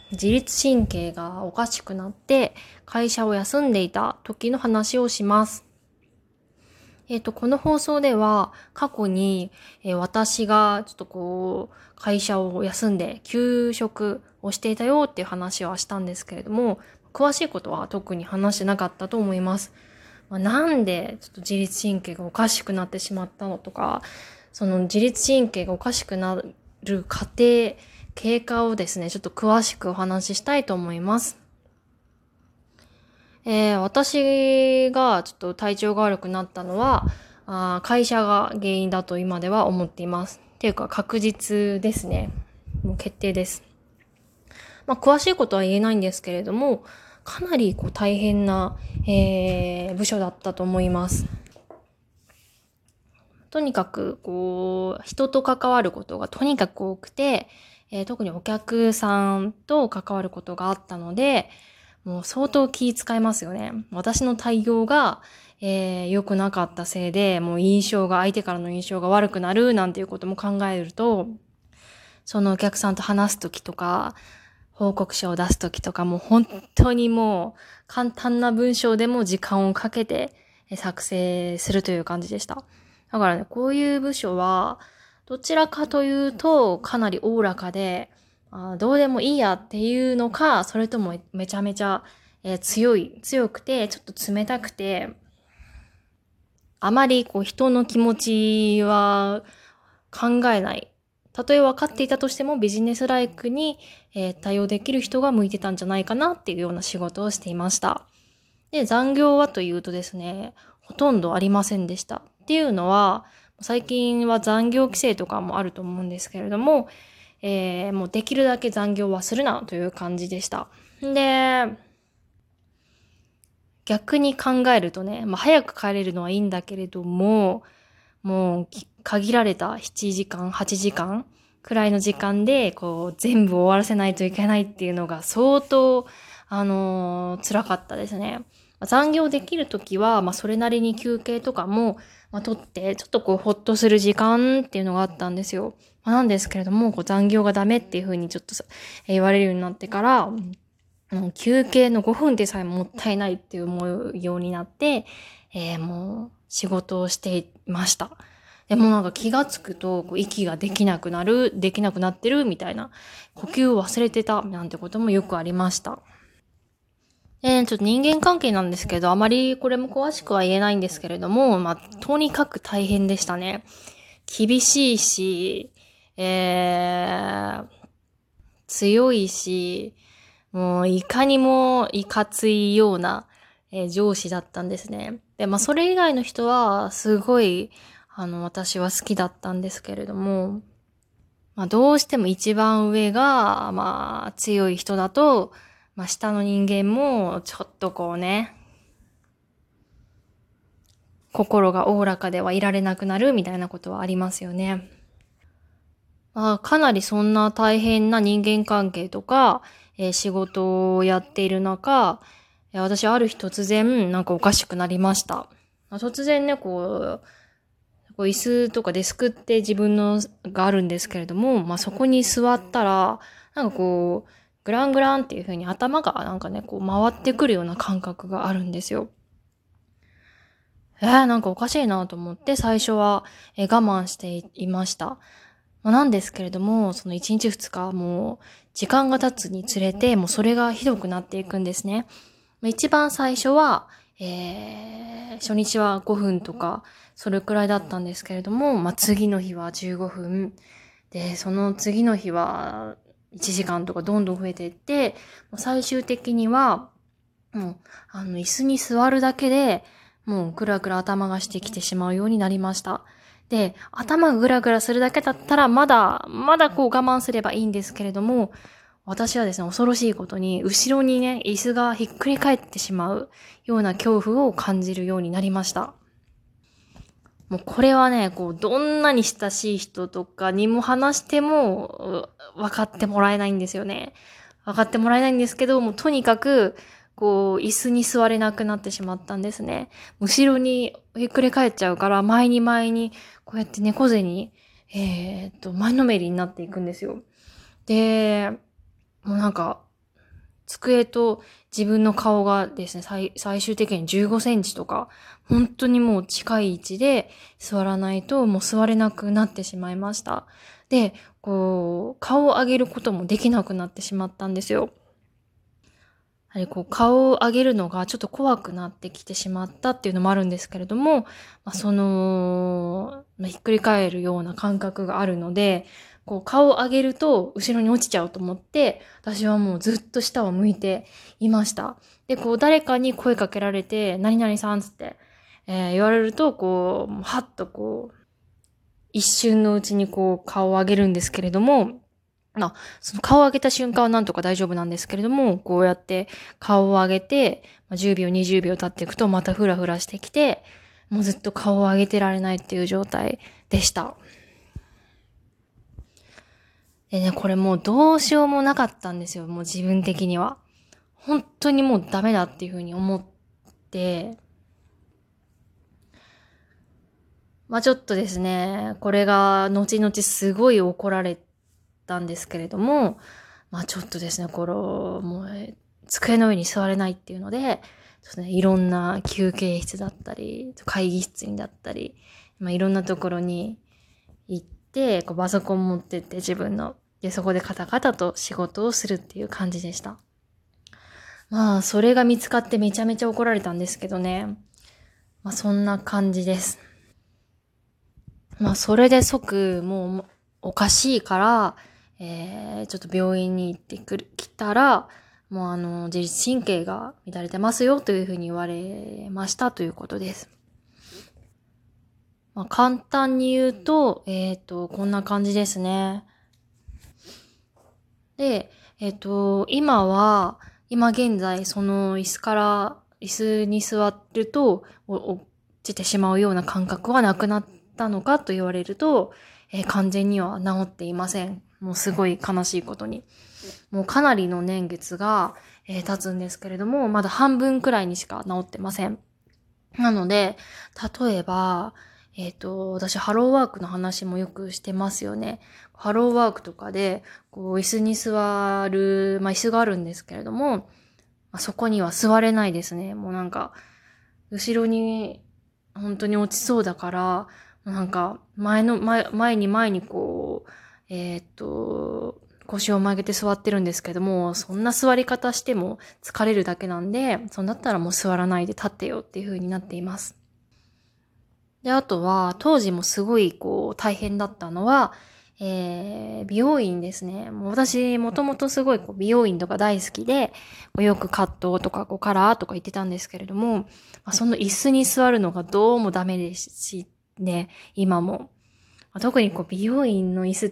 自律神経がおかしくなって会社を休んでいた時の話をします。この放送では過去に、私がちょっと会社を休んで休職をしていたよっていう話はしたんですけれども、詳しいことは特に話してなかったと思います。なんでちょっと自律神経がおかしくなってしまったのとか、その自律神経がおかしくなる過程、経過をですね、ちょっと詳しくお話ししたいと思います。私がちょっと体調が悪くなったのは、会社が原因だと今では思っています。っていうか確実ですね。もう決定です。詳しいことは言えないんですけれども、かなり大変な、部署だったと思います。とにかく人と関わることがとにかく多くて、特にお客さんと関わることがあったので、もう相当気遣いますよね。私の対応が、良くなかったせいで、もう相手からの印象が悪くなるなんていうことも考えると、そのお客さんと話すときとか、報告書を出すときとか、もう本当にもう簡単な文章でも時間をかけて作成するという感じでした。だからね、こういう部署は、どちらかというと、かなりおおらかで、どうでもいいやっていうのか、それともめちゃめちゃ、強くて、ちょっと冷たくて、あまり人の気持ちは考えない。たとえ分かっていたとしてもビジネスライクに、対応できる人が向いてたんじゃないかなっていうような仕事をしていました。で、残業はというとですね、ほとんどありませんでした。っていうのは、最近は残業規制とかもあると思うんですけれども、もうできるだけ残業はするなという感じでした。で、逆に考えるとね、早く帰れるのはいいんだけれども、もう限られた7時間、8時間くらいの時間で、全部終わらせないといけないっていうのが相当、辛かったですね。残業できるときは、それなりに休憩とかも、取って、ちょっとほっとする時間っていうのがあったんですよ。なんですけれども、残業がダメっていうふうにちょっと言われるようになってから、休憩の5分でさえもったいないって思うようになって、もう仕事をしていました。でもなんか気がつくと、息ができなくなってるみたいな、呼吸を忘れてたなんてこともよくありました。ちょっと人間関係なんですけど、あまりこれも詳しくは言えないんですけれども、とにかく大変でしたね。厳しいし、強いし、もういかにもいかついような、上司だったんですね。で、それ以外の人はすごい、私は好きだったんですけれども、どうしても一番上が、強い人だと、下の人間もちょっと心がおおらかではいられなくなるみたいなことはありますよね。かなりそんな大変な人間関係とか、仕事をやっている中、私ある日突然なんかおかしくなりました。突然ね、椅子とかデスクって自分のがあるんですけれども、そこに座ったら、なんかグラングランっていう風に頭がなんかね、回ってくるような感覚があるんですよ。なんかおかしいなと思って最初は我慢していました。なんですけれども、その1日2日もう時間が経つにつれて、もうそれがひどくなっていくんですね。一番最初は、初日は5分とか、それくらいだったんですけれども、次の日は15分。で、その次の日は1時間とかどんどん増えていって、最終的には、もう、椅子に座るだけで、もうぐらぐら頭がしてきてしまうようになりました。で、頭がぐらぐらするだけだったら、まだ我慢すればいいんですけれども、私はですね、恐ろしいことに、後ろにね、椅子がひっくり返ってしまうような恐怖を感じるようになりました。もうこれはね、どんなに親しい人とかにも話しても、分かってもらえないんですよね。分かってもらえないんですけど、もうとにかく、椅子に座れなくなってしまったんですね。後ろにひっくり返っちゃうから、前に、こうやって猫背に、前のめりになっていくんですよ。で、もうなんか、 机と自分の顔がですね、最終的に15センチとか、本当にもう近い位置で座らないともう座れなくなってしまいました。で、顔を上げることもできなくなってしまったんですよ。やはり顔を上げるのがちょっと怖くなってきてしまったっていうのもあるんですけれども、ひっくり返るような感覚があるので、顔を上げると後ろに落ちちゃうと思って、私はもうずっと下を向いていました。で、誰かに声かけられて、何々さんつって、言われると、はっと一瞬のうちに顔を上げるんですけれども、その顔を上げた瞬間はなんとか大丈夫なんですけれども、こうやって顔を上げて、10秒、20秒経っていくとまたフラフラしてきて、もうずっと顔を上げてられないっていう状態でした。でね、これもうどうしようもなかったんですよ、もう自分的には。本当にもうダメだっていうふうに思って、ちょっとですね、これが後々すごい怒られたんですけれども、ちょっとですね、もう、机の上に座れないっていうので、ちょっとね、いろんな休憩室だったり、会議室にだったり、いろんなところに行って、パソコン持ってって自分の、で、そこでカタカタと仕事をするっていう感じでした。それが見つかってめちゃめちゃ怒られたんですけどね。そんな感じです。それで即、もう、おかしいから、ちょっと病院に行ってきたら、もう自律神経が乱れてますよというふうに言われましたということです。簡単に言うと、こんな感じですね。で、今現在、その椅子に座ると、落ちてしまうような感覚はなくなったのかと言われると、完全には治っていません。もうすごい悲しいことに。もうかなりの年月が、経つんですけれども、まだ半分くらいにしか治ってません。なので、例えば、私ハローワークの話もよくしてますよね。ハローワークとかで、椅子に座る、椅子があるんですけれども、そこには座れないですね。もうなんか、後ろに本当に落ちそうだから、なんか、前に腰を曲げて座ってるんですけども、そんな座り方しても疲れるだけなんで、そんだったらもう座らないで立ってよっていう風になっています。で、あとは、当時もすごい大変だったのは、美容院ですね。もう私、もともとすごい美容院とか大好きで、よくカットとかカラーとか言ってたんですけれども、その椅子に座るのがどうもダメですしね、今も。特に美容院の椅子って、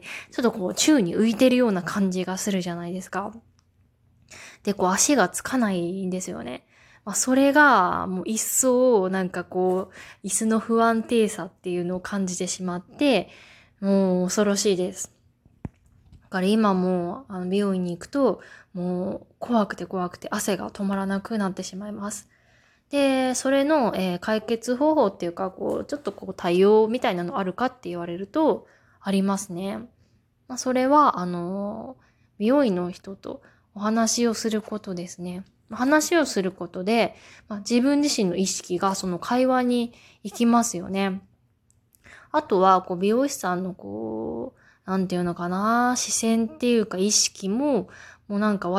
ちょっと宙に浮いてるような感じがするじゃないですか。で、足がつかないんですよね。それが、もう一層、椅子の不安定さっていうのを感じてしまって、もう恐ろしいです。だから今も、美容院に行くと、もう怖くて汗が止まらなくなってしまいます。で、それの、解決方法っていうか、ちょっと対応みたいなのあるかって言われると、ありますね。それは、美容院の人とお話をすることですね。話をすることで、自分自身の意識がその会話に行きますよね。あとは、美容師さんのなんていうのかな、視線っていうか意識も、もう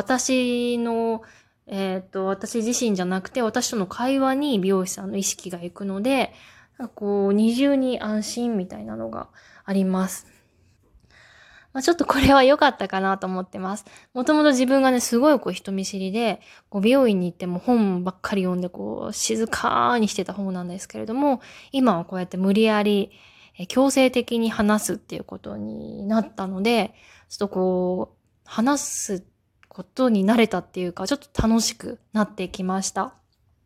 私自身じゃなくて、私との会話に美容師さんの意識が行くので、二重に安心みたいなのがあります。ちょっとこれは良かったかなと思ってます。もともと自分がね、すごい人見知りで、美容院に行っても本ばっかり読んで、静かにしてた方なんですけれども、今はこうやって無理やり、強制的に話すっていうことになったので、ちょっと話すことに慣れたっていうか、ちょっと楽しくなってきました。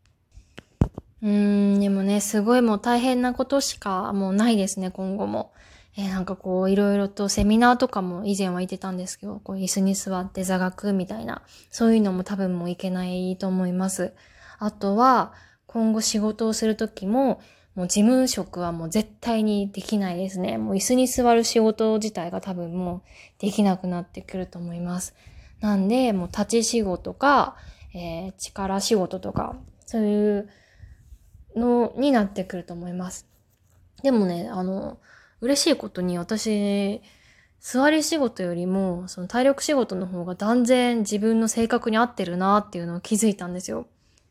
でもね、すごいもう大変なことしかもうないですね、今後も。いろいろとセミナーとかも以前は行ってたんですけど、椅子に座って座学みたいな、そういうのも多分もういけないと思います。あとは、今後仕事をするときも、もう事務職はもう絶対にできないですね。もう椅子に座る仕事自体が多分もうできなくなってくると思います。 なんで、もう立ち仕事か、力仕事とか、そういうのになってくると思います。でもね、嬉しいことに私、座り仕事よりも、その体力仕事の方が断然自分の性格に合ってるなっていうのを気づいたんですよ。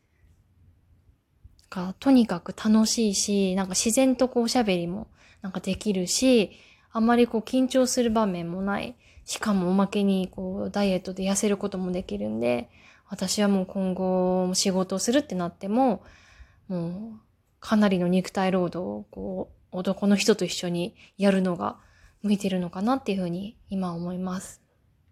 とにかく楽しいし、なんか自然とこうおしゃべりもなんかできるし、あんまりこう緊張する場面もない。しかもおまけにこうダイエットで痩せることもできるんで、私はもう今後仕事をするってなっても、もうかなりの肉体労働をこう男の人と一緒にやるのが向いてるのかなっていうふうに今思います。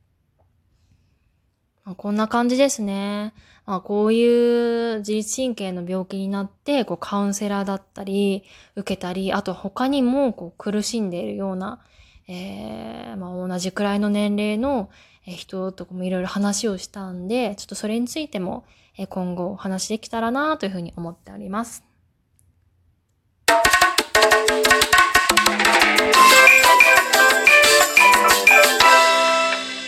こんな感じですね。こういう自律神経の病気になって、こうカウンセラーだったり、受けたり、あと他にもこう苦しんでいるような、同じくらいの年齢の人とかもいろいろ話をしたんで、ちょっとそれについても今後お話できたらなというふうに思っております。